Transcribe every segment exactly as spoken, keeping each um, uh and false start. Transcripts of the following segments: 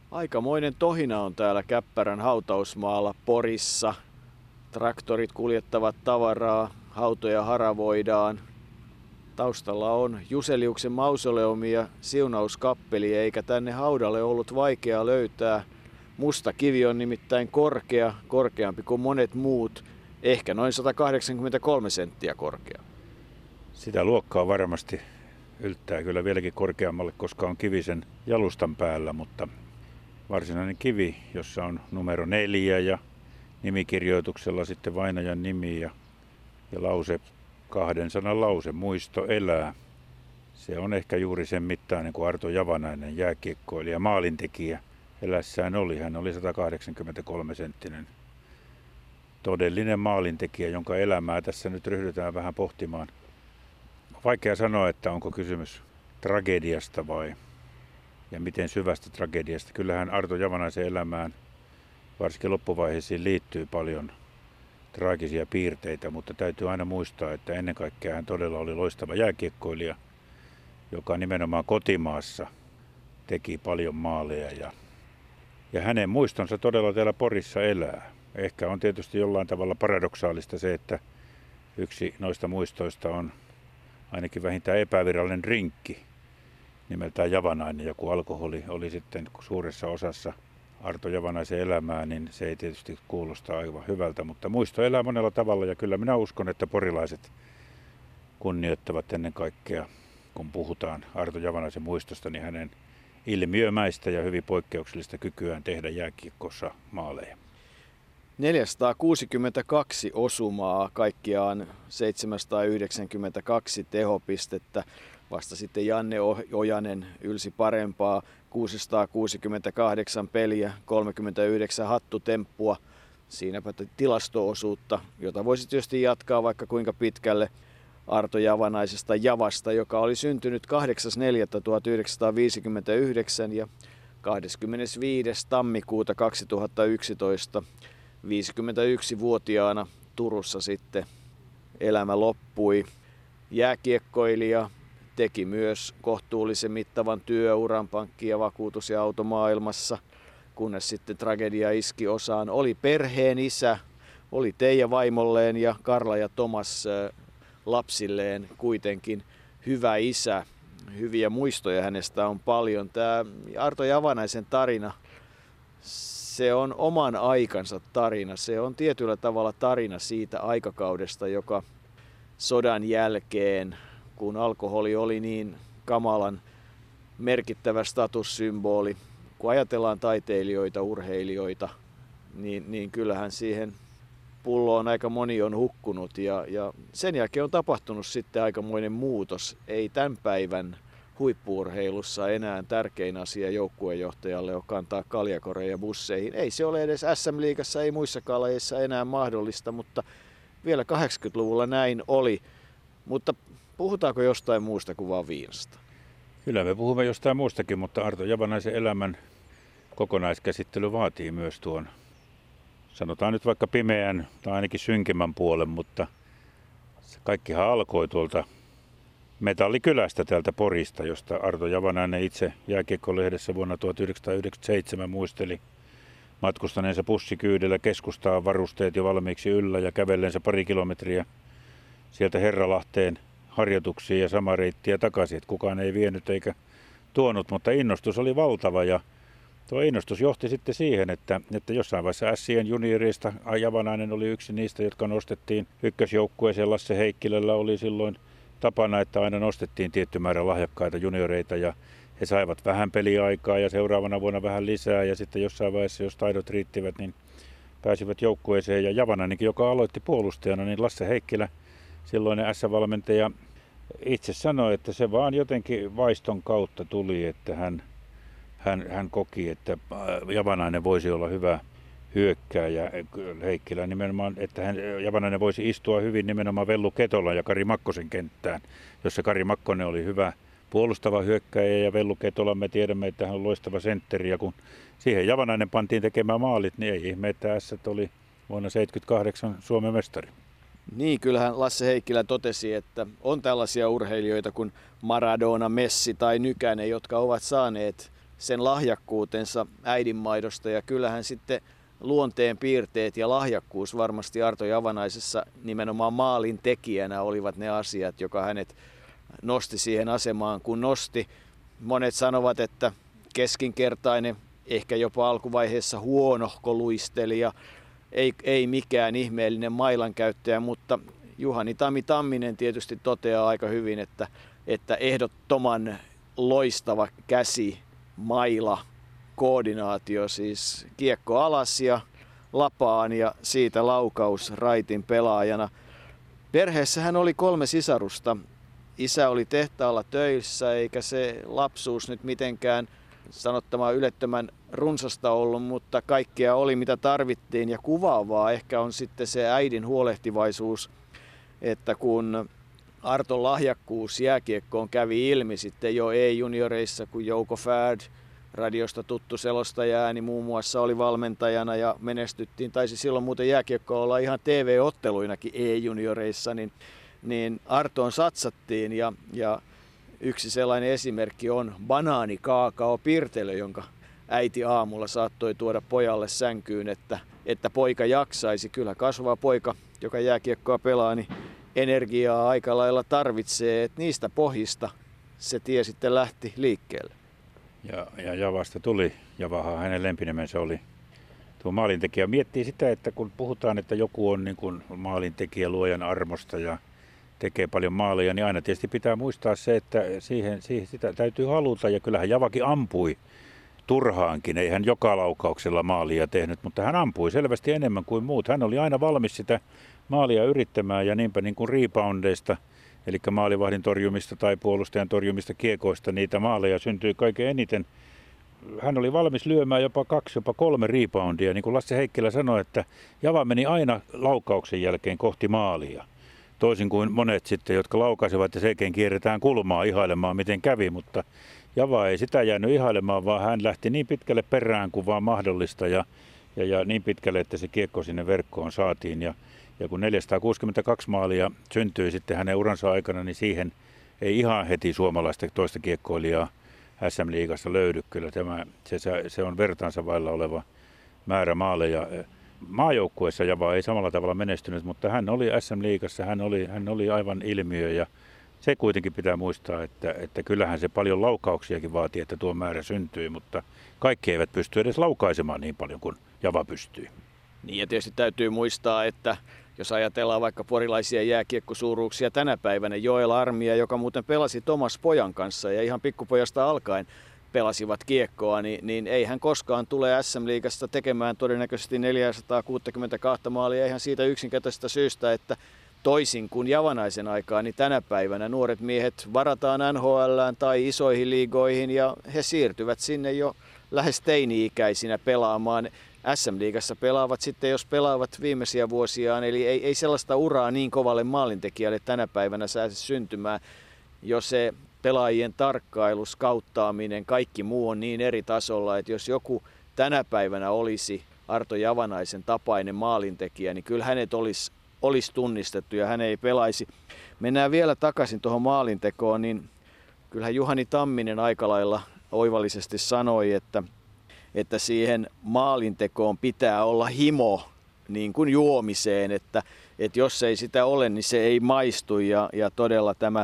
Aikamoinen tohina on täällä Käppärän hautausmaalla Porissa. Traktorit kuljettavat tavaraa, hautoja haravoidaan. Taustalla on Juseliuksen mausoleumi ja siunauskappeli, eikä tänne haudalle ollut vaikea löytää. Musta kivi on nimittäin korkea, korkeampi kuin monet muut, ehkä noin sata kahdeksankymmentäkolme senttiä korkea. Sitä luokkaa varmasti yltää kyllä vieläkin korkeammalle, koska on kivi sen jalustan päällä, mutta varsinainen kivi, jossa on numero neljä ja nimikirjoituksella sitten vainajan nimi ja, ja lause, kahden sanan lause, muisto elää. Se on ehkä juuri sen mittainen kuin Arto Javanainen, jääkiekkoilija, maalintekijä elässään oli. Hän oli sata kahdeksankymmentäkolme senttinen todellinen maalintekijä, jonka elämää tässä nyt ryhdytään vähän pohtimaan. Vaikea sanoa, että onko kysymys tragediasta vai ja miten syvästä tragediasta. Kyllähän Arto Javanaisen elämään varsinkin loppuvaiheisiin liittyy paljon traagisia piirteitä, mutta täytyy aina muistaa, että ennen kaikkea hän todella oli loistava jääkiekkoilija, joka nimenomaan kotimaassa teki paljon maaleja ja, ja hänen muistonsa todella täällä Porissa elää. Ehkä on tietysti jollain tavalla paradoksaalista se, että yksi noista muistoista on ainakin vähintään epävirallinen rinkki nimeltään Javanainen, ja kun alkoholi oli sitten suuressa osassa Arto Javanaisen elämää, niin se ei tietysti kuulosta aivan hyvältä, mutta muisto elää monella tavalla ja kyllä minä uskon, että porilaiset kunnioittavat ennen kaikkea, kun puhutaan Arto Javanaisen muistosta, niin hänen ilmiömäistä ja hyvin poikkeuksellista kykyään tehdä jääkiekkossa maaleja. neljäsataakuusikymmentäkaksi osumaa, kaikkiaan seitsemänsataayhdeksänkymmentäkaksi tehopistettä. Vasta sitten Janne Ojanen ylsi parempaa, kuusisataakuusikymmentäkahdeksan peliä, kolmekymmentäyhdeksän hattutemppua. Siinäpä tilasto-osuutta, jota voisi tietysti jatkaa vaikka kuinka pitkälle Arto Javanaisesta Javasta, joka oli syntynyt kahdeksas neljättä tuhatyhdeksänsataaviisikymmentäyhdeksän ja kahdeskymmenesviides tammikuuta kaksituhattayksitoista viisikymmentäyksivuotiaana Turussa sitten elämä loppui. Jääkiekkoilija, teki myös kohtuullisen mittavan työuran pankki- ja vakuutus- ja automaailmassa, kunnes sitten tragedia iski osaan. Oli perheen isä, oli Teija vaimolleen ja Karla ja Tomas lapsilleen kuitenkin hyvä isä. Hyviä muistoja hänestä on paljon. Tämä Arto Javanaisen tarina, se on oman aikansa tarina. Se on tietyllä tavalla tarina siitä aikakaudesta, joka sodan jälkeen, kun alkoholi oli niin kamalan merkittävä statussymboli, kun ajatellaan taiteilijoita, urheilijoita, niin, niin kyllähän siihen pulloon aika moni on hukkunut. Ja, ja sen jälkeen on tapahtunut sitten aikamoinen muutos. Ei tämän päivän huippu-urheilussa enää tärkein asia joukkuejohtajalle on kantaa kaljakoreja busseihin. Ei se ole edes äs äm-liigassa, ei muissakaan lajeissa enää mahdollista, mutta vielä kahdeksankymmentäluvulla näin oli. Mutta puhutaanko jostain muusta kuin vaan viinasta? Kyllä me puhumme jostain muustakin, mutta Arto Javanaisen elämän kokonaiskäsittely vaatii myös tuon, sanotaan nyt vaikka pimeän tai ainakin synkemmän puolen, mutta kaikkihan alkoi tuolta Metallikylästä täältä Porista, josta Arto Javanainen itse Jääkiekko-lehdessä vuonna tuhatyhdeksänsataayhdeksänkymmentäseitsemän muisteli matkustaneensa bussikyydellä keskustaan varusteet jo valmiiksi yllä ja kävelleensä pari kilometriä sieltä Herralahteen harjoituksiin ja sama reittiä takaisin, että kukaan ei vienyt eikä tuonut, mutta innostus oli valtava ja tuo innostus johti sitten siihen, että, että jossain vaiheessa ässien juniorista Javanainen oli yksi niistä, jotka nostettiin ykkösjoukkueeseen. Lasse Heikkilällä oli silloin tapana, että aina nostettiin tietty määrä lahjakkaita junioreita ja he saivat vähän peliaikaa ja seuraavana vuonna vähän lisää ja sitten jossain vaiheessa, jos taidot riittivät, niin pääsivät joukkueeseen. Ja Javanainenkin, joka aloitti puolustajana, niin Lasse Heikkilä, silloinen äs-valmentaja, itse sanoi, että se vaan jotenkin vaiston kautta tuli, että hän, hän, hän koki, että Javanainen voisi olla hyvä hyökkääjä. Heikkilä nimenomaan, että hän, Javanainen voisi istua hyvin nimenomaan Vellu Ketolan ja Kari Makkosen kenttään, jossa Kari Makkonen oli hyvä puolustava hyökkääjä ja Vellu Ketola, me tiedämme, että hän on loistava sentteri, ja kun siihen Javanainen pantiin tekemään maalit, niin ei ihme, että Ässät oli vuonna seitsemänkymmentäkahdeksan Suomen mestari. Niin, kyllähän Lasse Heikkilä totesi, että on tällaisia urheilijoita kuin Maradona, Messi tai Nykänen, jotka ovat saaneet sen lahjakkuutensa äidinmaidosta ja kyllähän sitten luonteen piirteet ja lahjakkuus varmasti Arto Javanaisessa nimenomaan maalin tekijänä olivat ne asiat, joka hänet nosti siihen asemaan kun nosti. Monet sanovat, että keskinkertainen, ehkä jopa alkuvaiheessa huonohko luistelija, ei, ei mikään ihmeellinen mailankäyttäjä, mutta Juhani Tami Tamminen tietysti toteaa aika hyvin, että, että ehdottoman loistava käsi, maila, koordinaatio, siis kiekko alas ja lapaan ja siitä laukaus raitin pelaajana. Perheessä hän oli kolme sisarusta. Isä oli tehtaalla töissä eikä se lapsuus nyt mitenkään sanottamaan ylettömän runsasta ollut, mutta kaikkea oli mitä tarvittiin ja kuvaavaa ehkä on sitten se äidin huolehtivaisuus, että kun Arton lahjakkuus jääkiekkoon kävi ilmi sitten jo E-junioreissa, kun Jouko Färd, radiosta tuttu selostaja ääni muun muassa oli valmentajana ja menestyttiin, taisi silloin muuten jääkiekko olla ihan T V-otteluinakin E-junioreissa, niin, niin Artoon satsattiin ja, ja yksi sellainen esimerkki on banaanikaakao Pirtelö, jonka äiti aamulla saattoi tuoda pojalle sänkyyn, että, että poika jaksaisi. Kyllä kasvava poika, joka jääkiekkoa pelaa, niin energiaa aika lailla tarvitsee, että niistä pohjista se tie sitten lähti liikkeelle. Ja, ja Javasta tuli, Javahan hänen lempinimensä oli tuo maalintekijä. Miettii sitä, että kun puhutaan, että joku on niin kuin maalintekijä luojan armosta ja tekee paljon maaleja, niin aina tietysti pitää muistaa se, että siihen, siihen sitä täytyy haluta. Ja kyllähän Javakin ampui turhaankin, ei hän joka laukauksella maalia tehnyt, mutta hän ampui selvästi enemmän kuin muut. Hän oli aina valmis sitä maalia yrittämään ja niinpä niin kuin reboundeista, eli maalivahdin torjumista tai puolustajan torjumista kiekoista, niitä maaleja syntyi kaiken eniten. Hän oli valmis lyömään jopa kaksi, jopa kolme reboundia. Niin kuin Lasse Heikkilä sanoi, että Java meni aina laukauksen jälkeen kohti maalia. Toisin kuin monet sitten, jotka laukaisevat ja selkeän kierretään kulmaa ihailemaan, miten kävi, mutta Java ei sitä jäänyt ihailemaan, vaan hän lähti niin pitkälle perään kuin vaan mahdollista ja, ja, ja niin pitkälle, että se kiekko sinne verkkoon saatiin. Ja, ja kun neljäsataakuusikymmentäkaksi maalia syntyi sitten hänen uransa aikana, niin siihen ei ihan heti suomalaista toista kiekkoilijaa S M-liigassa löydy. Kyllä tämä, se, se on vertaansa vailla oleva määrä maaleja. Maajoukkueessa Java ei samalla tavalla menestynyt, mutta hän oli S M-liigassa, hän oli, hän oli aivan ilmiö ja se kuitenkin pitää muistaa, että, että kyllähän se paljon laukauksiakin vaatii, että tuo määrä syntyi, mutta kaikki eivät pysty edes laukaisemaan niin paljon kuin Java pystyy. Niin ja tietysti täytyy muistaa, että jos ajatellaan vaikka porilaisia jääkiekkosuuruuksia tänä päivänä, Joel Armia, joka muuten pelasi Tomas Pojan kanssa ja ihan pikkupojasta alkaen pelasivat kiekkoa, niin, niin ei hän koskaan tule S M-liigasta tekemään todennäköisesti neljäsataakuusikymmentäkaksi maalia ihan siitä yksinkertaisesta syystä, että toisin kuin Javanaisen aikaa, niin tänä päivänä nuoret miehet varataan N H L:ään tai isoihin liigoihin ja he siirtyvät sinne jo lähes teini-ikäisinä pelaamaan. S M-liigassa pelaavat sitten, jos pelaavat viimeisiä vuosiaan, eli ei, ei sellaista uraa niin kovalle maalintekijälle tänä päivänä saisi syntymään, jos se pelaajien tarkkailu, skauttaaminen, kaikki muu on niin eri tasolla, että jos joku tänä päivänä olisi Arto Javanaisen tapainen maalintekijä, niin kyllä hänet olisi, olisi tunnistettu ja hän ei pelaisi. Mennään vielä takaisin tuohon maalintekoon, niin kyllähän Juhani Tamminen aika lailla oivallisesti sanoi, että että siihen maalintekoon pitää olla himo niin kuin juomiseen, että, että jos ei sitä ole, niin se ei maistu ja, ja todella tämä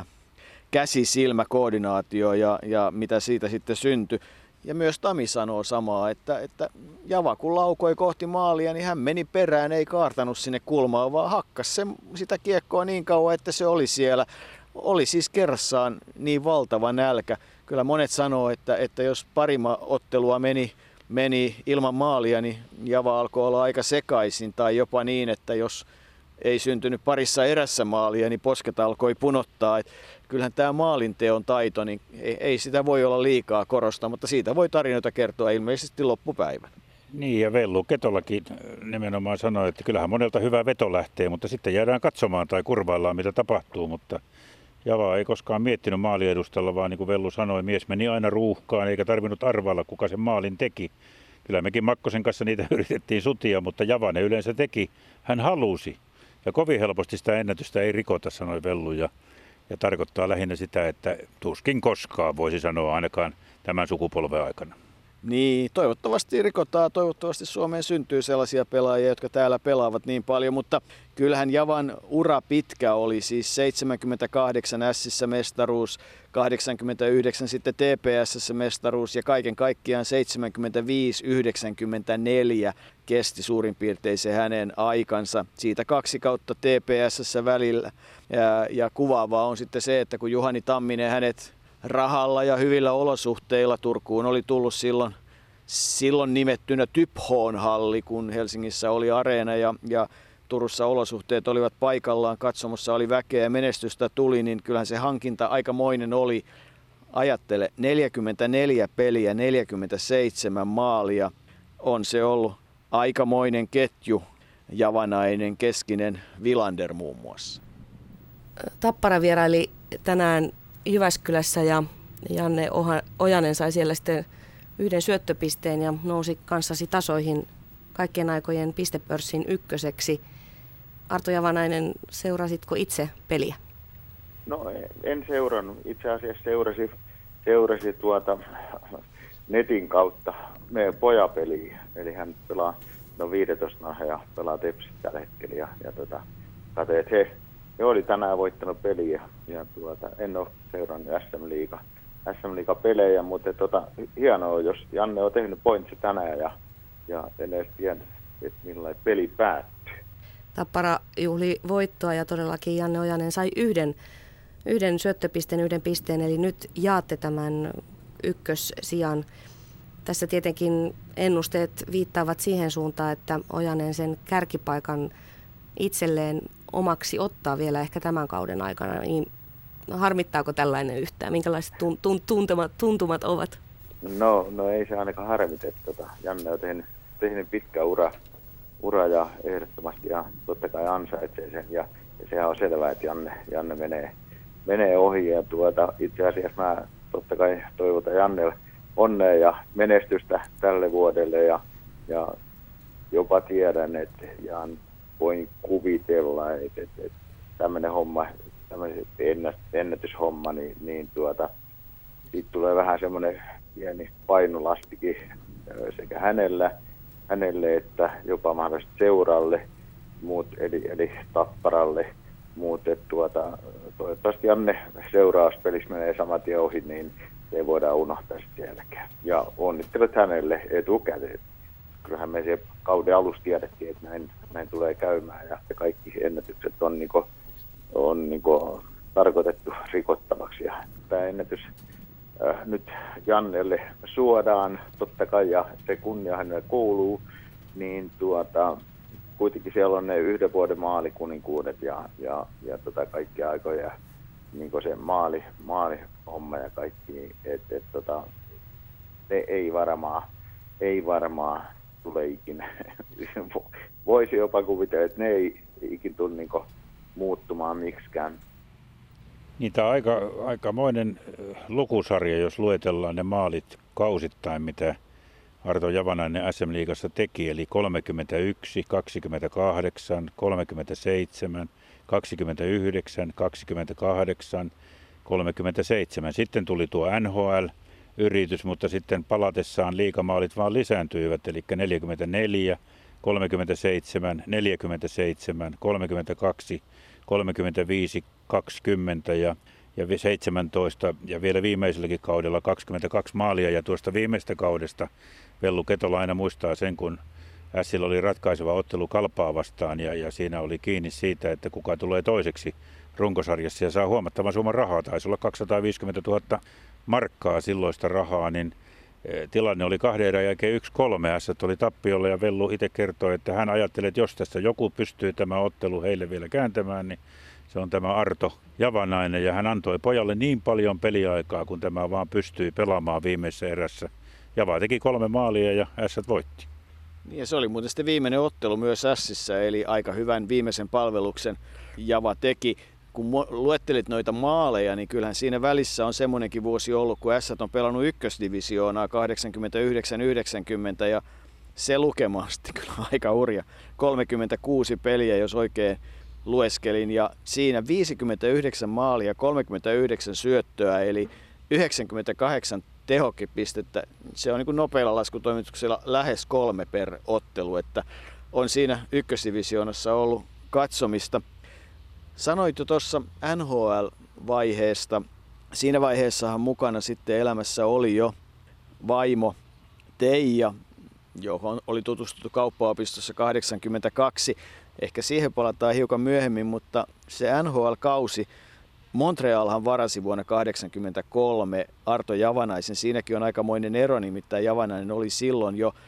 käsi-silmä-koordinaatio ja, ja mitä siitä sitten syntyi. Ja myös Tami sanoo samaa, että, että Java kun laukoi kohti maalia, niin hän meni perään, ei kaartanut sinne kulmaan, vaan hakkasi sen, sitä kiekkoa niin kauan, että se oli siellä. Oli siis kerrassaan niin valtava nälkä. Kyllä monet sanoo, että, että jos pari ottelua meni meni ilman maalia, niin Java alkoi olla aika sekaisin tai jopa niin, että jos ei syntynyt parissa erässä maalia, niin posket alkoi punottaa. Et kyllähän tämä maalinteon taito, niin ei, ei sitä voi olla liikaa korostaa, mutta siitä voi tarinoita kertoa ilmeisesti loppupäivän. Niin ja Vellu Ketolakin nimenomaan sanoi, että kyllähän monelta hyvä veto lähtee, mutta sitten jäädään katsomaan tai kurvaillaan mitä tapahtuu, mutta Java ei koskaan miettinyt maaliedustalla, vaan niin kuin Vellu sanoi, mies meni aina ruuhkaan eikä tarvinnut arvailla, kuka sen maalin teki. Kyllä mekin Makkosen kanssa niitä yritettiin sutia, mutta Java ne yleensä teki. Hän halusi. Ja kovin helposti sitä ennätystä ei rikota, sanoi Vellu. Ja, ja tarkoittaa lähinnä sitä, että tuskin koskaan voisi sanoa ainakaan tämän sukupolven aikana. Niin, toivottavasti rikotaan, toivottavasti Suomeen syntyy sellaisia pelaajia, jotka täällä pelaavat niin paljon, mutta kyllähän Javan ura pitkä oli, siis seitsemänkymmentäkahdeksan Ässissä mestaruus, kahdeksankymmentäyhdeksän sitten T P S:ssä mestaruus ja kaiken kaikkiaan seitsemänkymmentäviisi yhdeksänkymmentäneljä kesti suurin piirtein se hänen aikansa. Siitä kaksi kautta T P S:ssä välillä ja, ja kuvaavaa on sitten se, että kun Juhani Tamminen hänet rahalla ja hyvillä olosuhteilla Turkuun oli tullut silloin, silloin nimettynä Typhoon-halli, kun Helsingissä oli areena ja, ja Turussa olosuhteet olivat paikallaan, katsomossa oli väkeä ja menestystä tuli, niin kyllähän se hankinta aikamoinen oli. Ajattele, neljäkymmentäneljä peliä, neljäkymmentäseitsemän maalia on se ollut aikamoinen ketju, Javanainen, Keskinen, Vilander muun muassa. Tappara vieraili tänään Jyväskylässä ja Janne Ojanen sai siellä sitten yhden syöttöpisteen ja nousi kanssasi tasoihin kaikkien aikojen pistepörssin ykköseksi. Arto Javanainen, seurasitko itse peliä? No en seurannut. Itse asiassa seurasi, seurasi tuota netin kautta meidän pojapeliä. Eli hän pelaa no viisitoista ja pelaa Tepsit tällä hetkellä. Ja, ja tota, katsoin, että he, he oli tänään voittanut peliä. Ja tuota, en ole seurannut S M-liiga, S M-liiga-pelejä, mutta tota, hienoa, jos Janne on tehnyt pointsi tänään ja, ja en edes tiedä, että millainen peli päättyy. Tappara juhli voittoa ja todellakin Janne Ojanen sai yhden, yhden syöttöpisteen, yhden pisteen, eli nyt jaatte tämän ykkössijan. Tässä tietenkin ennusteet viittaavat siihen suuntaan, että Ojanen sen kärkipaikan itselleen omaksi ottaa vielä ehkä tämän kauden aikana, niin harmittaako tällainen yhtään? Minkälaiset tun, tun, tuntumat, tuntumat ovat? No, no ei se ainakaan harmita. Tota, Janne on tehnyt, tehnyt pitkä ura, ura ja ehdottomasti ja totta kai ansaitsee sen. Ja, ja sehän on selvää, että Janne, Janne menee, menee ohi. Ja tuota, itse asiassa mä totta kai toivotan Jannelle onnea ja menestystä tälle vuodelle. Ja, ja jopa tiedän, että Jan voin kuvitella, että, että, että tämmöinen homma, tämmöinen ennätyshomma, niin, niin tuota, siitä tulee vähän semmoinen pieni painolastikin sekä hänellä, hänelle että jopa mahdollisesti seuralle, muut, eli, eli Tapparalle. Muut, että tuota, toivottavasti Janne seurauspelissä menee saman tien ohi, niin ei voida unohtaa sitä jälkeen. Ja onnittelut hänelle etukäteen. Kyllähän me se kauden alussa tiedettiin, että näin, näin tulee käymään ja kaikki ennätykset on, niin kuin, on niin kuin tarkoitettu rikottavaksi. Ja tämä ennätys äh, nyt Jannelle suodaan totta kai ja se kunnia hänelle kuuluu, niin tuota, kuitenkin siellä on ne yhden vuoden maalikuninkuudet ja, ja, ja tota kaikkia aikoja niin kuin se maali, maalihomma ja kaikki, että et, tota, ne ei varmaan, ei varmaan tule ikinä. Voisi jopa kuvitella, että ne ei ikin tule niin kuin muuttumaan miksikään. Niin, tämä on aika, aikamoinen lukusarja, jos luetellaan ne maalit kausittain, mitä Arto Javanainen S M-liigassa teki, eli kolmekymmentäyksi, kaksikymmentäkahdeksan, kolmekymmentäseitsemän, kaksikymmentäyhdeksän, kaksikymmentäkahdeksan, kolmekymmentäseitsemän. Sitten tuli tuo N H L-yritys, mutta sitten palatessaan liigamaalit vaan lisääntyivät, eli neljäkymmentäneljä, kolmekymmentäseitsemän, neljäkymmentäseitsemän, kolmekymmentäkaksi, kolmekymmentäviisi, kaksikymmentä ja, ja seitsemäntoista ja vielä viimeiselläkin kaudella kaksikymmentäkaksi maalia. Ja tuosta viimeistä kaudesta Vellu Ketola aina muistaa sen, kun Ässillä oli ratkaiseva ottelu Kalpaa vastaan ja, ja siinä oli kiinni siitä, että kuka tulee toiseksi runkosarjassa ja saa huomattavan summan rahaa. Taisi olla kaksisataaviisikymmentätuhatta markkaa silloista rahaa, niin tilanne oli kahden erän jälkeen yksi kolme. Ässät oli tappiolla ja Vellu itse kertoi, että hän ajattelee, että jos tässä joku pystyy tämä ottelu heille vielä kääntämään, niin se on tämä Arto Javanainen. Ja hän antoi pojalle niin paljon peliaikaa, kun tämä vaan pystyi pelaamaan viimeisessä erässä. Java teki kolme maalia ja Ässät voitti. Ja se oli muuten sitten viimeinen ottelu myös Ässissä, eli aika hyvän viimeisen palveluksen Java teki. Kun luettelit noita maaleja, niin kyllähän siinä välissä on semmoinenkin vuosi ollut, kun Ässät on pelannut ykkösdivisioonaa kahdeksankymmentäyhdeksän yhdeksänkymmentä ja se lukema on sitten kyllä aika hurja. kolmekymmentäkuusi peliä, jos oikein lueskelin, ja siinä viisikymmentäyhdeksän maalia, kolmekymmentäyhdeksän syöttöä, eli yhdeksänkymmentäkahdeksan tehokepistettä. Se on niin kuin nopealla laskutoimituksella lähes kolme per ottelu, että on siinä ykkösdivisioonassa ollut katsomista. Sanoit jo tuossa N H L-vaiheesta. Siinä vaiheessahan mukana sitten elämässä oli jo vaimo Teija, johon oli tutustuttu kauppaopistossa kahdeksankymmentäkaksi. Ehkä siihen palataan hiukan myöhemmin, mutta se N H L-kausi, Montrealhan varasi vuonna kahdeksankymmentäkolme Arto Javanaisen. Siinäkin on aikamoinen ero, nimittäin Javanainen oli silloin jo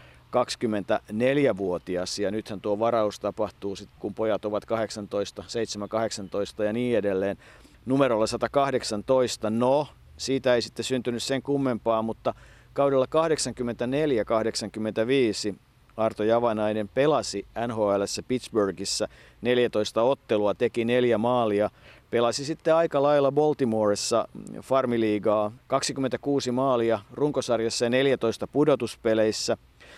kaksikymmentäneljävuotias ja nythän tuo varaus tapahtuu sit, kun pojat ovat kahdeksantoista, seitsemän kahdeksantoista ja niin edelleen. Numerolla sata kahdeksantoista, no siitä ei sitten syntynyt sen kummempaa, mutta kaudella kahdeksankymmentäneljä kahdeksankymmentäviisi Arto Javanainen pelasi N H L:ssä Pittsburghissa neljätoista ottelua, teki neljä maalia. Pelasi sitten aika lailla Baltimoressa Farmiliigaa, kaksikymmentäkuusi maalia runkosarjassa ja neljätoista pudotuspeleissä.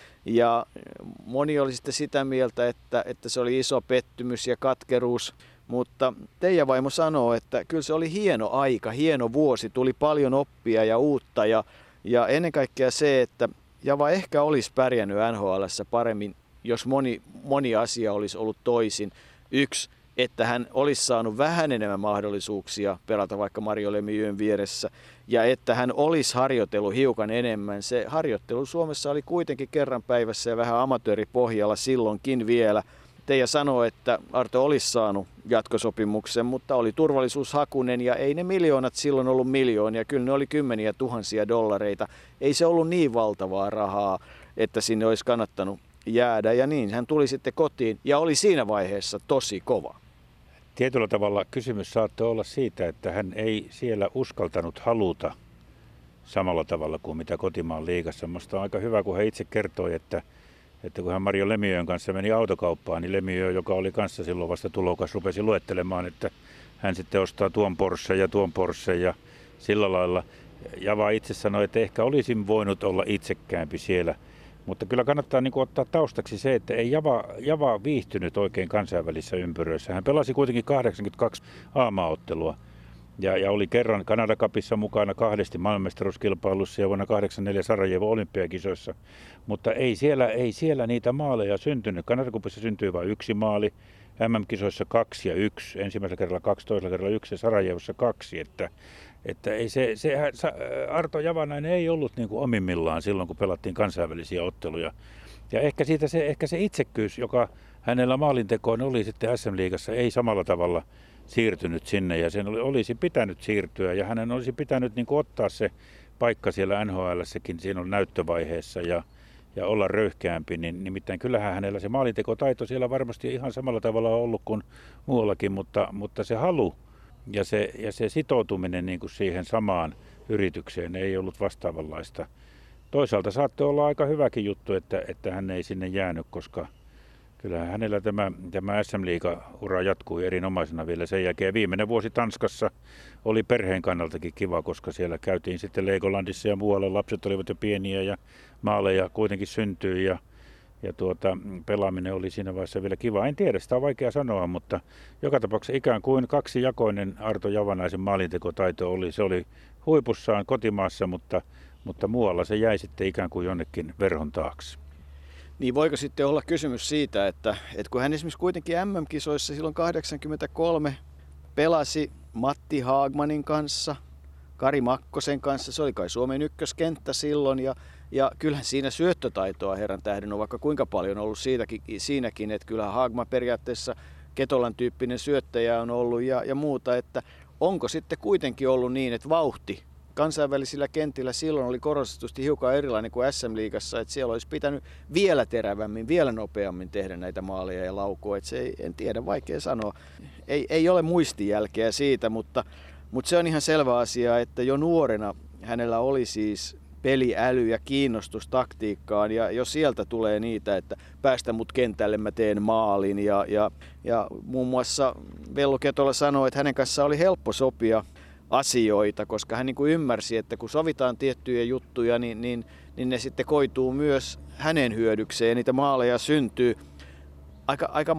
Ja moni oli sitten sitä mieltä, että, että se oli iso pettymys ja katkeruus, mutta Teija vaimo sanoo, että kyllä se oli hieno aika, hieno vuosi, tuli paljon oppia ja uutta ja, ja ennen kaikkea se, että Java ehkä olisi pärjännyt N H L:ssä paremmin, jos moni, moni asia olisi ollut toisin. Yksi, että hän olisi saanut vähän enemmän mahdollisuuksia pelata vaikka Mario Lemieux vieressä ja että hän olisi harjoitellut hiukan enemmän. Se harjoittelu Suomessa oli kuitenkin kerran päivässä ja vähän amatööripohjalla silloinkin vielä. Teija sanoi, että Arto olisi saanut jatkosopimuksen, mutta oli turvallisuushakunen ja ei ne miljoonat silloin ollut miljoonia, kyllä ne oli kymmeniä tuhansia dollareita. Ei se ollut niin valtavaa rahaa, että sinne olisi kannattanut jäädä ja niin hän tuli sitten kotiin ja oli siinä vaiheessa tosi kova. Tietyllä tavalla kysymys saattoi olla siitä, että hän ei siellä uskaltanut haluta samalla tavalla kuin mitä kotimaan liigassa. Minusta on aika hyvä, kun hän itse kertoi, että, että kun hän Mario Lemieux'n kanssa meni autokauppaan, niin Lemieux, joka oli kanssa silloin vasta tulokas, rupesi luettelemaan, että hän sitten ostaa tuon Porsche ja tuon Porsche ja sillä lailla. Java itse sanoi, että ehkä olisin voinut olla itsekäämpi siellä. Mutta kyllä kannattaa niin kuin ottaa taustaksi se, että ei Java, Java viihtynyt oikein kansainvälisissä ympyröissä. Hän pelasi kuitenkin kahdeksankymmentäkaksi A-maaottelua ja, ja oli kerran Canada Cupissa mukana kahdesti maailmanmestaruuskilpailussa ja vuonna kahdeksankymmentäneljä Sarajevo olympiakisoissa. Mutta ei siellä, ei siellä niitä maaleja syntynyt. Canada Cupissa syntyi vain yksi maali, M M-kisoissa kaksi ja yksi, ensimmäisellä kerralla kaksi, toisella kerralla yksi ja Sarajevossa kaksi. Että Että ei se, se, Arto Javanainen ei ollut niin kuin omimmillaan silloin, kun pelattiin kansainvälisiä otteluja. Ja ehkä, siitä se, ehkä se itsekkyys, joka hänellä maalintekoon oli sitten S M-liigassa, ei samalla tavalla siirtynyt sinne. Ja sen olisi pitänyt siirtyä ja hänen olisi pitänyt niin kuin ottaa se paikka siellä N H L:ssäkin siinä näyttövaiheessa ja, ja olla röyhkeämpi. Niin, nimittäin kyllähän hänellä se maalintekotaito siellä varmasti ihan samalla tavalla on ollut kuin muuallakin, mutta, mutta se halu Ja se, ja se sitoutuminen niin kuin siihen samaan yritykseen ei ollut vastaavanlaista. Toisaalta saattoi olla aika hyväkin juttu, että, että hän ei sinne jäänyt, koska kyllähän hänellä tämä, tämä S M-liiga-ura jatkui erinomaisena vielä sen jälkeen. Viimeinen vuosi Tanskassa oli perheen kannaltakin kiva, koska siellä käytiin sitten Legolandissa ja muualla. Lapset olivat jo pieniä ja maaleja kuitenkin syntyi ja Ja tuota, pelaaminen oli siinä vaiheessa vielä kiva. En tiedä, sitä on vaikea sanoa, mutta joka tapauksessa ikään kuin kaksijakoinen Arto Javanaisen maalintekotaito oli. Se oli huipussaan kotimaassa, mutta, mutta muualla se jäi sitten ikään kuin jonnekin verhon taakse. Niin voiko sitten olla kysymys siitä, että, että kun hän esimerkiksi kuitenkin M M-kisoissa silloin kahdeksankymmentäkolme pelasi Matti Haagmanin kanssa, Kari Makkosen kanssa, se oli kai Suomen ykköskenttä silloin ja Ja kyllähän siinä syöttötaitoa herran tähden on vaikka kuinka paljon ollut siitäkin, siinäkin, että kyllähän Haagman periaatteessa Ketolan tyyppinen syöttäjä on ollut ja, ja muuta, että onko sitten kuitenkin ollut niin, että vauhti kansainvälisillä kentillä silloin oli korostetusti hiukan erilainen kuin S M-liigassa, että siellä olisi pitänyt vielä terävämmin, vielä nopeammin tehdä näitä maaleja ja laukoja, että se ei, en tiedä, vaikea sanoa. Ei, ei ole muistijälkeä siitä, mutta, mutta se on ihan selvä asia, että jo nuorena hänellä oli siis peliäly ja kiinnostus taktiikkaan ja jos sieltä tulee niitä, että päästä mut kentälle mä teen maalin ja, ja, ja muun muassa Vellu Ketola sanoi, että hänen kanssaan oli helppo sopia asioita, koska hän niin kuin ymmärsi, että kun sovitaan tiettyjä juttuja, niin, niin, niin ne sitten koituu myös hänen hyödykseen ja niitä maaleja syntyy. Aika, aika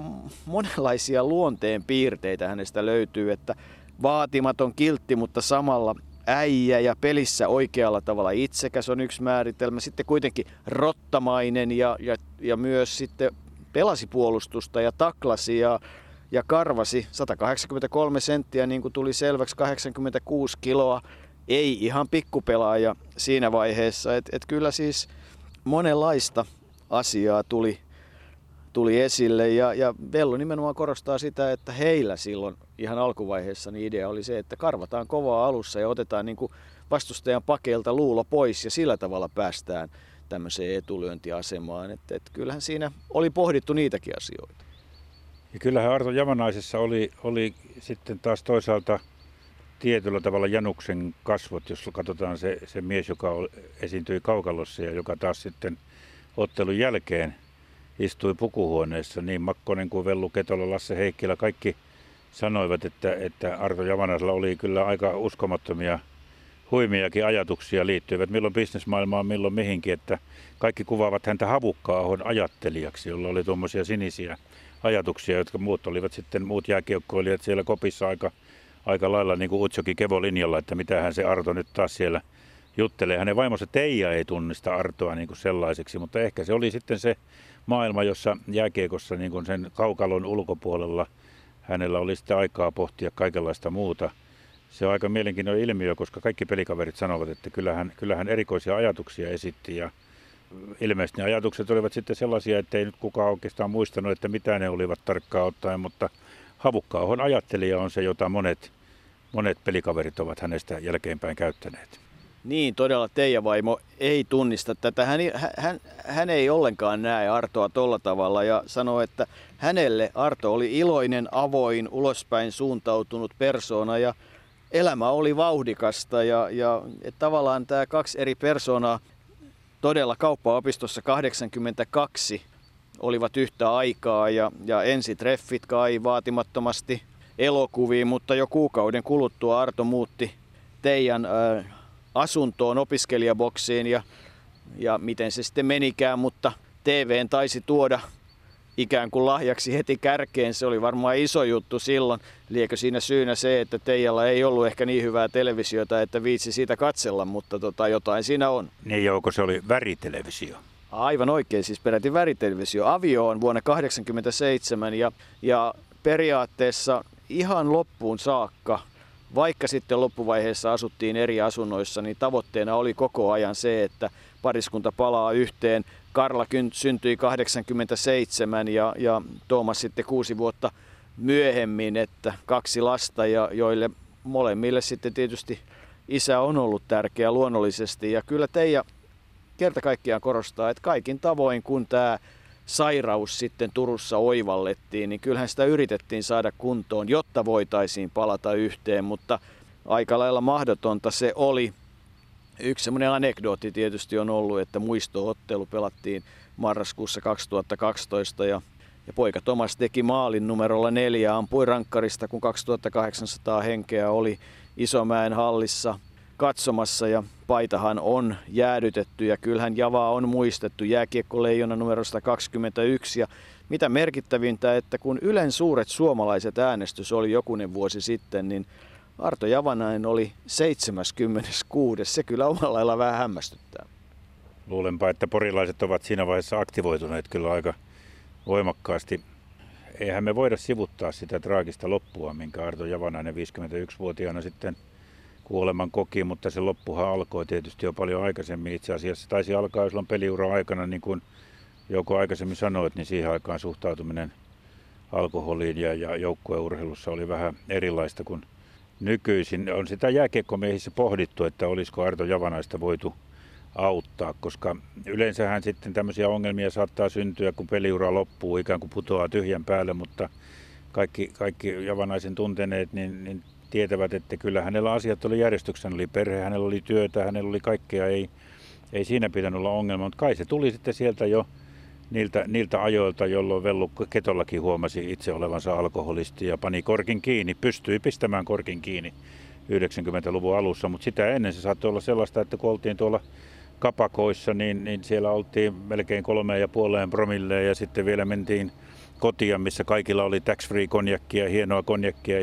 monenlaisia luonteen piirteitä hänestä löytyy, että vaatimaton, kiltti, mutta samalla äijä ja pelissä oikealla tavalla itsekäs on yksi määritelmä. Sitten kuitenkin rottamainen ja, ja, ja myös sitten pelasi puolustusta ja taklasi ja, ja karvasi. sata kahdeksankymmentäkolme senttiä, niin kuin tuli selväksi, kahdeksankymmentäkuusi kiloa. Ei ihan pikkupelaaja siinä vaiheessa. Et, et kyllä siis monenlaista asiaa tuli, tuli esille ja, ja Vello nimenomaan korostaa sitä, että heillä silloin ihan alkuvaiheessa niin idea oli se, että karvataan kovaa alussa ja otetaan niin kuin vastustajan pakeilta luulo pois ja sillä tavalla päästään tämmöiseen etulyöntiasemaan. Et, et kyllähän siinä oli pohdittu niitäkin asioita. Ja kyllähän Arto Javanaisessa oli, oli sitten taas toisaalta tietyllä tavalla Januksen kasvot, jos katsotaan se, se mies, joka esiintyi kaukalossa ja joka taas sitten ottelun jälkeen istui pukuhuoneessa, niin Makkonen kuin Vellu Ketola, Lasse Heikkilä, kaikki sanoivat, että, että Arto Javanaisella oli kyllä aika uskomattomia huimiakin ajatuksia liittyivät milloin bisnesmaailmaan, milloin mihinkin, että kaikki kuvaavat häntä Havukka-ahon ajattelijaksi, jolla oli tuommoisia sinisiä ajatuksia, jotka muut olivat sitten, muut jääkiekkoilijat siellä kopissa aika, aika lailla niin kuin Utsokin Kevo-linjalla, että mitähän se Arto nyt taas siellä juttelee. Hänen vaimonsa Teija ei tunnista Artoa niin kuin sellaiseksi, mutta ehkä se oli sitten se maailma, jossa jääkiekossa niin kuin sen kaukalon ulkopuolella hänellä oli sitten aikaa pohtia kaikenlaista muuta. Se on aika mielenkiintoinen ilmiö, koska kaikki pelikaverit sanovat, että kyllähän, kyllähän erikoisia ajatuksia esitti ja ilmeisesti ne ajatukset olivat sitten sellaisia, että ei nyt kukaan oikeastaan muistanut, että mitä ne olivat tarkkaan ottaen, mutta Havukka-ahon ajattelija on se, jota monet, monet pelikaverit ovat hänestä jälkeenpäin käyttäneet. Niin, todella Teija vaimo ei tunnista tätä. Hän, hän, hän ei ollenkaan näe Artoa tolla tavalla ja sanoo, että hänelle Arto oli iloinen, avoin, ulospäin suuntautunut persoona ja elämä oli vauhdikasta ja, ja et tavallaan tämä kaksi eri persoonaa todella kauppaopistossa kahdeksankymmentäkaksi olivat yhtä aikaa ja, ja ensitreffit kai vaatimattomasti elokuviin, mutta jo kuukauden kuluttua Arto muutti Teijan äh, asuntoon, opiskelijaboksiin ja, ja miten se sitten menikään, mutta T V:n taisi tuoda ikään kuin lahjaksi heti kärkeen. Se oli varmaan iso juttu silloin. Liekö siinä syynä se, että Teijalla ei ollut ehkä niin hyvää televisiota, että viitsi siitä katsella, mutta tota, jotain siinä on. Niin Jouko, se oli väritelevisio. Aivan oikein, siis peräti väritelevisio. Avio on vuonna tuhatyhdeksänsataakahdeksankymmentäseitsemän ja, ja periaatteessa ihan loppuun saakka, vaikka sitten loppuvaiheessa asuttiin eri asunnoissa, niin tavoitteena oli koko ajan se, että pariskunta palaa yhteen. Karla syntyi kahdeksankymmentäseitsemän ja, ja Tuomas sitten kuusi vuotta myöhemmin, että kaksi lasta, ja, joille molemmille sitten tietysti isä on ollut tärkeä luonnollisesti. Ja kyllä Teija kerta kaikkiaan korostaa, että kaikin tavoin kun tämä sairaus sitten Turussa oivallettiin, niin kyllähän sitä yritettiin saada kuntoon, jotta voitaisiin palata yhteen, mutta aika lailla mahdotonta se oli. Yksi semmoinen anekdootti tietysti on ollut, että muistoottelu pelattiin marraskuussa kaksituhattakaksitoista ja, ja poika Tomas teki maalin numerolla neljä, ampui rankkarista, kun kaksituhattakahdeksansataa henkeä oli Isomäen hallissa katsomassa ja paitahan on jäädytetty ja kyllähän Javaa on muistettu jääkiekkoleijona numerosta kaksikymmentäyksi ja mitä merkittävintä, että kun Ylen suuret suomalaiset äänestys oli jokunen vuosi sitten, niin Arto Javanainen oli seitsemänkymmentäkuusi. Se kyllä omalla lailla vähän hämmästyttää. Luulenpa, että porilaiset ovat siinä vaiheessa aktivoituneet kyllä aika voimakkaasti. Eihän me voida sivuttaa sitä traagista loppua, minkä Arto Javanainen viisikymmentäyksivuotiaana sitten kuoleman koki, mutta se loppuhan alkoi tietysti jo paljon aikaisemmin. Itse asiassa taisi alkaa silloin peliura aikana, niin kuin Jouko aikaisemmin sanoit, niin siihen aikaan suhtautuminen alkoholiin ja, ja joukkueurheilussa oli vähän erilaista kuin nykyisin. On sitä jääkiekkomiehissä pohdittu, että olisiko Arto Javanaista voitu auttaa, koska yleensähän sitten tämmöisiä ongelmia saattaa syntyä, kun peliura loppuu, ikään kuin putoaa tyhjän päälle, mutta kaikki, kaikki Javanaisen tunteneet niin, niin tietävät, että kyllä hänellä asiat oli järjestyksessä, hänellä oli perhe, hänellä oli työtä, hänellä oli kaikkea, ei, ei siinä pitänyt olla ongelma, mutta kai se tuli sitten sieltä jo niiltä, niiltä ajoilta, jolloin Vellu Ketollakin huomasi itse olevansa alkoholisti ja pani korkin kiinni, pystyi pistämään korkin kiinni yhdeksänkymmentäluvun alussa, mutta sitä ennen se saattoi olla sellaista, että kun oltiin tuolla kapakoissa, niin, niin siellä oltiin melkein kolmeen ja puoleen promilleen ja sitten vielä mentiin kotiin, missä kaikilla oli tax-free konjakkia, hienoa konjakkia ja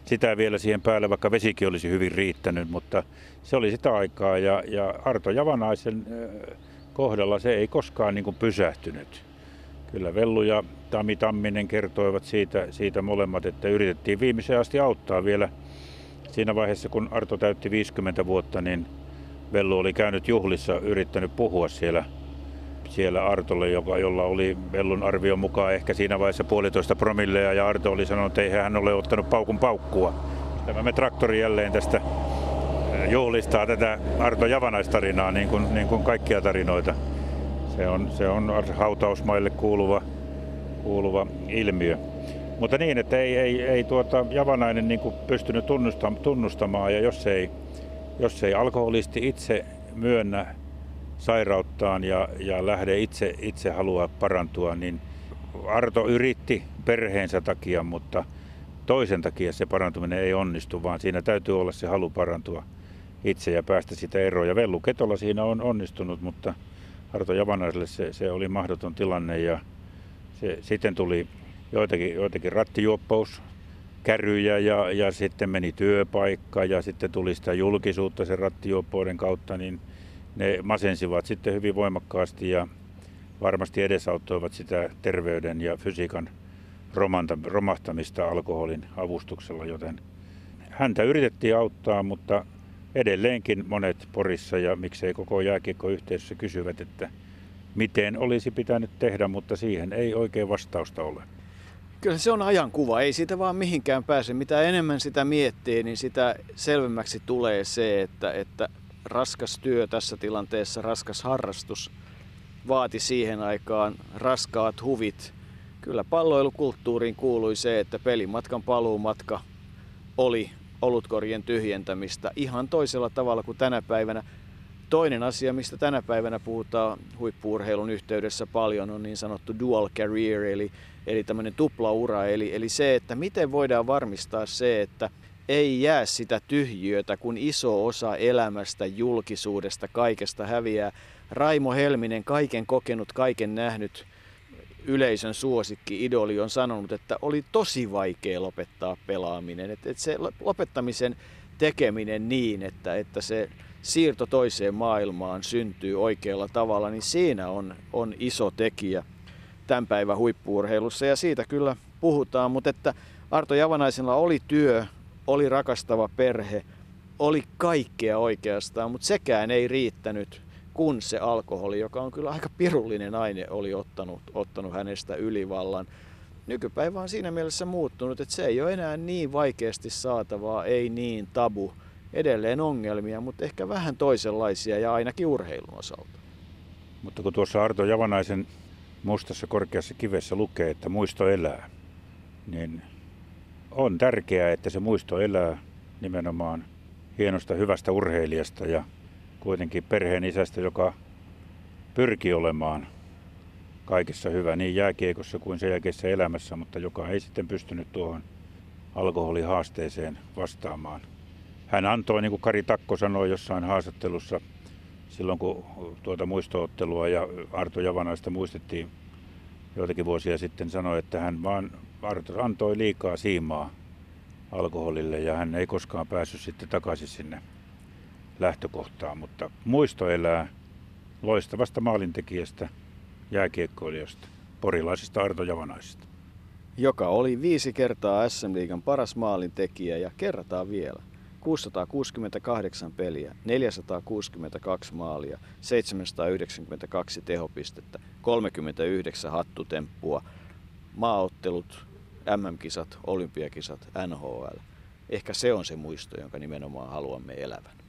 sitä vielä siihen päälle, vaikka vesikin olisi hyvin riittänyt, mutta se oli sitä aikaa ja, ja Arto Javanaisen kohdalla se ei koskaan niin kuin pysähtynyt. Kyllä Vellu ja Tami Tamminen kertoivat siitä, siitä molemmat, että yritettiin viimeiseen asti auttaa vielä. Siinä vaiheessa, kun Arto täytti viisikymmentä vuotta, niin Vellu oli käynyt juhlissa, yrittänyt puhua siellä, siellä Artolle, joka, jolla oli Vellun arvion mukaan ehkä siinä vaiheessa puolitoista promillea, ja Arto oli sanonut, että ei hän ole ottanut paukun paukkua. Tämä me traktori jälleen tästä juhlistaa tätä Arto Javanaistarinaa, niin kuin, niin kuin kaikkia tarinoita. Se on, se on hautausmaille kuuluva, kuuluva ilmiö. Mutta niin, että ei, ei, ei tuota Javanainen niin kuin pystynyt tunnustamaan, ja jos ei, jos ei alkoholisti itse myönnä sairauttaan ja, ja lähde itse, itse haluaa parantua, niin Arto yritti perheensä takia, mutta toisen takia se parantuminen ei onnistu, vaan siinä täytyy olla se halu parantua itse ja päästä sitä eroon. Ja Vellu Ketola siinä on onnistunut, mutta Arto Javanaiselle se, se oli mahdoton tilanne, ja se, sitten tuli joitakin, joitakin rattijuoppouskärryjä ja, ja sitten meni työpaikka ja sitten tuli sitä julkisuutta sen rattijuoppouden kautta, niin ne masensivat sitten hyvin voimakkaasti ja varmasti edesauttoivat sitä terveyden ja fysiikan romahtamista alkoholin avustuksella, joten häntä yritettiin auttaa, mutta edelleenkin monet Porissa ja miksei koko jääkiekkoyhteisössä kysyvät, että miten olisi pitänyt tehdä, mutta siihen ei oikein vastausta ole. Kyllä se on ajankuva, ei siitä vaan mihinkään pääse. Mitä enemmän sitä miettii, niin sitä selvemmäksi tulee se, että, että raskas työ tässä tilanteessa, raskas harrastus vaati siihen aikaan raskaat huvit. Kyllä palloilukulttuuriin kuului se, että pelimatkan paluumatka oli olutkorjen tyhjentämistä ihan toisella tavalla kuin tänä päivänä. Toinen asia, mistä tänä päivänä puhutaan huippu-urheilun yhteydessä paljon, on niin sanottu dual career, eli, eli tämmöinen tuplaura. Eli, eli se, että miten voidaan varmistaa se, että ei jää sitä tyhjiötä, kun iso osa elämästä, julkisuudesta, kaikesta häviää. Raimo Helminen, kaiken kokenut, kaiken nähnyt, yleisön suosikki, idoli, on sanonut, että oli tosi vaikea lopettaa pelaaminen. Että et se lopettamisen tekeminen niin, että, että se siirto toiseen maailmaan syntyy oikealla tavalla, niin siinä on, on iso tekijä tämän päivän huippu-urheilussa, ja siitä kyllä puhutaan, mutta että Arto Javanaisella oli työ, oli rakastava perhe, oli kaikkea oikeastaan, mutta sekään ei riittänyt, kun se alkoholi, joka on kyllä aika pirullinen aine, oli ottanut, ottanut hänestä ylivallan. Nykypäivä on siinä mielessä muuttunut, että se ei ole enää niin vaikeasti saatavaa, ei niin tabu. Edelleen ongelmia, mutta ehkä vähän toisenlaisia ja ainakin urheilun osalta. Mutta kun tuossa Arto Javanaisen mustassa korkeassa kivessä lukee, että muisto elää, niin on tärkeää, että se muisto elää nimenomaan hienosta hyvästä urheilijasta ja kuitenkin perheen isästä, joka pyrki olemaan kaikessa hyvä niin jääkiekossa kuin sen jälkeisessä elämässä, mutta joka ei sitten pystynyt tuohon alkoholihaasteeseen vastaamaan. Hän antoi, niin kuin Kari Takko sanoi jossain haastattelussa, silloin kun tuota muistoottelua ja Arto Javanaista muistettiin joitakin vuosia sitten, sanoi, että hän vaan Arto antoi liikaa siimaa alkoholille ja hän ei koskaan päässyt sitten takaisin sinne lähtökohtaan. Mutta muisto elää loistavasta maalintekijästä, jääkiekkoilijasta, porilaisesta Arto Javanaisesta. Joka oli viisi kertaa S M-liigan paras maalintekijä ja kerrataan vielä. kuusisataakuusikymmentäkahdeksan peliä, neljäsataakuusikymmentäkaksi maalia, seitsemänsataayhdeksänkymmentäkaksi tehopistettä, kolmekymmentäyhdeksän hattutemppua, maaottelut, M M-kisat, olympiakisat, N H L. Ehkä se on se muisto, jonka nimenomaan haluamme elävän.